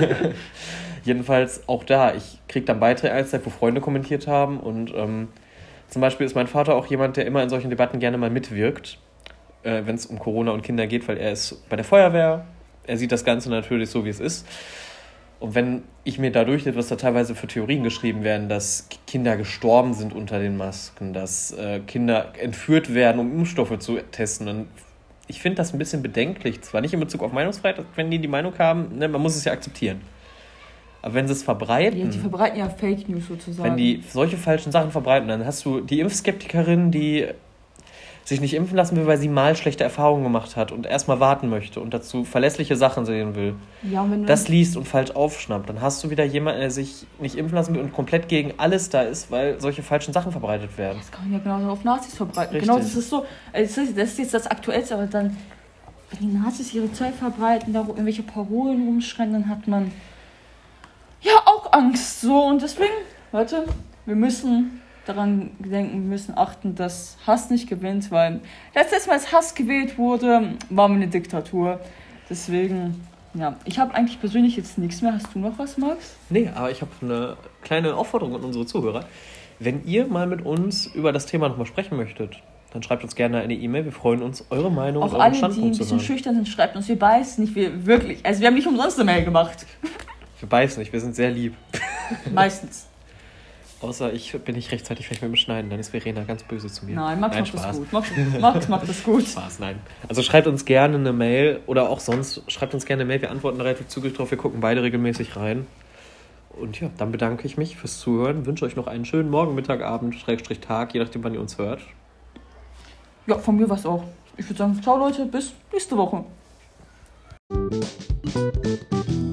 jedenfalls auch da, ich kriege dann Beiträge eingezeigt, wo Freunde kommentiert haben. Und ähm, zum Beispiel ist mein Vater auch jemand, der immer in solchen Debatten gerne mal mitwirkt, äh, wenn es um Corona und Kinder geht, weil er ist bei der Feuerwehr. Er sieht das Ganze natürlich so, wie es ist. Und wenn ich mir da durchlese, was da teilweise für Theorien geschrieben werden, dass Kinder gestorben sind unter den Masken, dass äh, Kinder entführt werden, um Impfstoffe zu testen, dann ich finde das ein bisschen bedenklich. Zwar nicht in Bezug auf Meinungsfreiheit, wenn die die Meinung haben, ne, man muss es ja akzeptieren. Aber wenn sie es verbreiten... Ja, die verbreiten ja Fake News sozusagen. Wenn die solche falschen Sachen verbreiten, dann hast du die Impfskeptikerin, die sich nicht impfen lassen will, weil sie mal schlechte Erfahrungen gemacht hat und erstmal warten möchte und dazu verlässliche Sachen sehen will, Ja, und wenn du das liest und falsch aufschnappt, dann hast du wieder jemanden, der sich nicht impfen lassen will und komplett gegen alles da ist, weil solche falschen Sachen verbreitet werden. Das kann man ja genauso auf Nazis verbreiten. Richtig. Genau, das ist so, also das ist das ist jetzt das Aktuellste, aber dann, wenn die Nazis ihre Zeug verbreiten, da irgendwelche Parolen rumschreien, dann hat man ja auch Angst. So, und deswegen, Leute, wir müssen daran denken, wir müssen achten, dass Hass nicht gewinnt, weil letztes Mal, als Hass gewählt wurde, waren wir eine Diktatur. Deswegen, ja, ich habe eigentlich persönlich jetzt nichts mehr. Hast du noch was, Max? Nee, aber ich habe eine kleine Aufforderung an unsere Zuhörer. Wenn ihr mal mit uns über das Thema nochmal sprechen möchtet, dann schreibt uns gerne eine E-Mail. Wir freuen uns, eure Meinung Auch und euren alle, die ein Standpunkt zu bisschen hören. schüchtern sind, schreibt uns. Wir beißen nicht, wir wirklich. Also wir haben nicht umsonst eine Mail gemacht. Wir beißen nicht, wir sind sehr lieb. Meistens. Außer ich bin nicht rechtzeitig fertig mit dem Schneiden, dann ist Verena ganz böse zu mir. Nein, Max Nein, macht das Spaß. gut. Max, Max macht das gut. Spaß, nein. Also schreibt uns gerne eine Mail oder auch sonst schreibt uns gerne eine Mail. Wir antworten da relativ zügig drauf. Wir gucken beide regelmäßig rein. Und ja, dann bedanke ich mich fürs Zuhören. Wünsche euch noch einen schönen Morgen, Mittag, Abend, Schrägstrich Tag, je nachdem, wann ihr uns hört. Ja, von mir was auch. Ich würde sagen, ciao Leute, bis nächste Woche.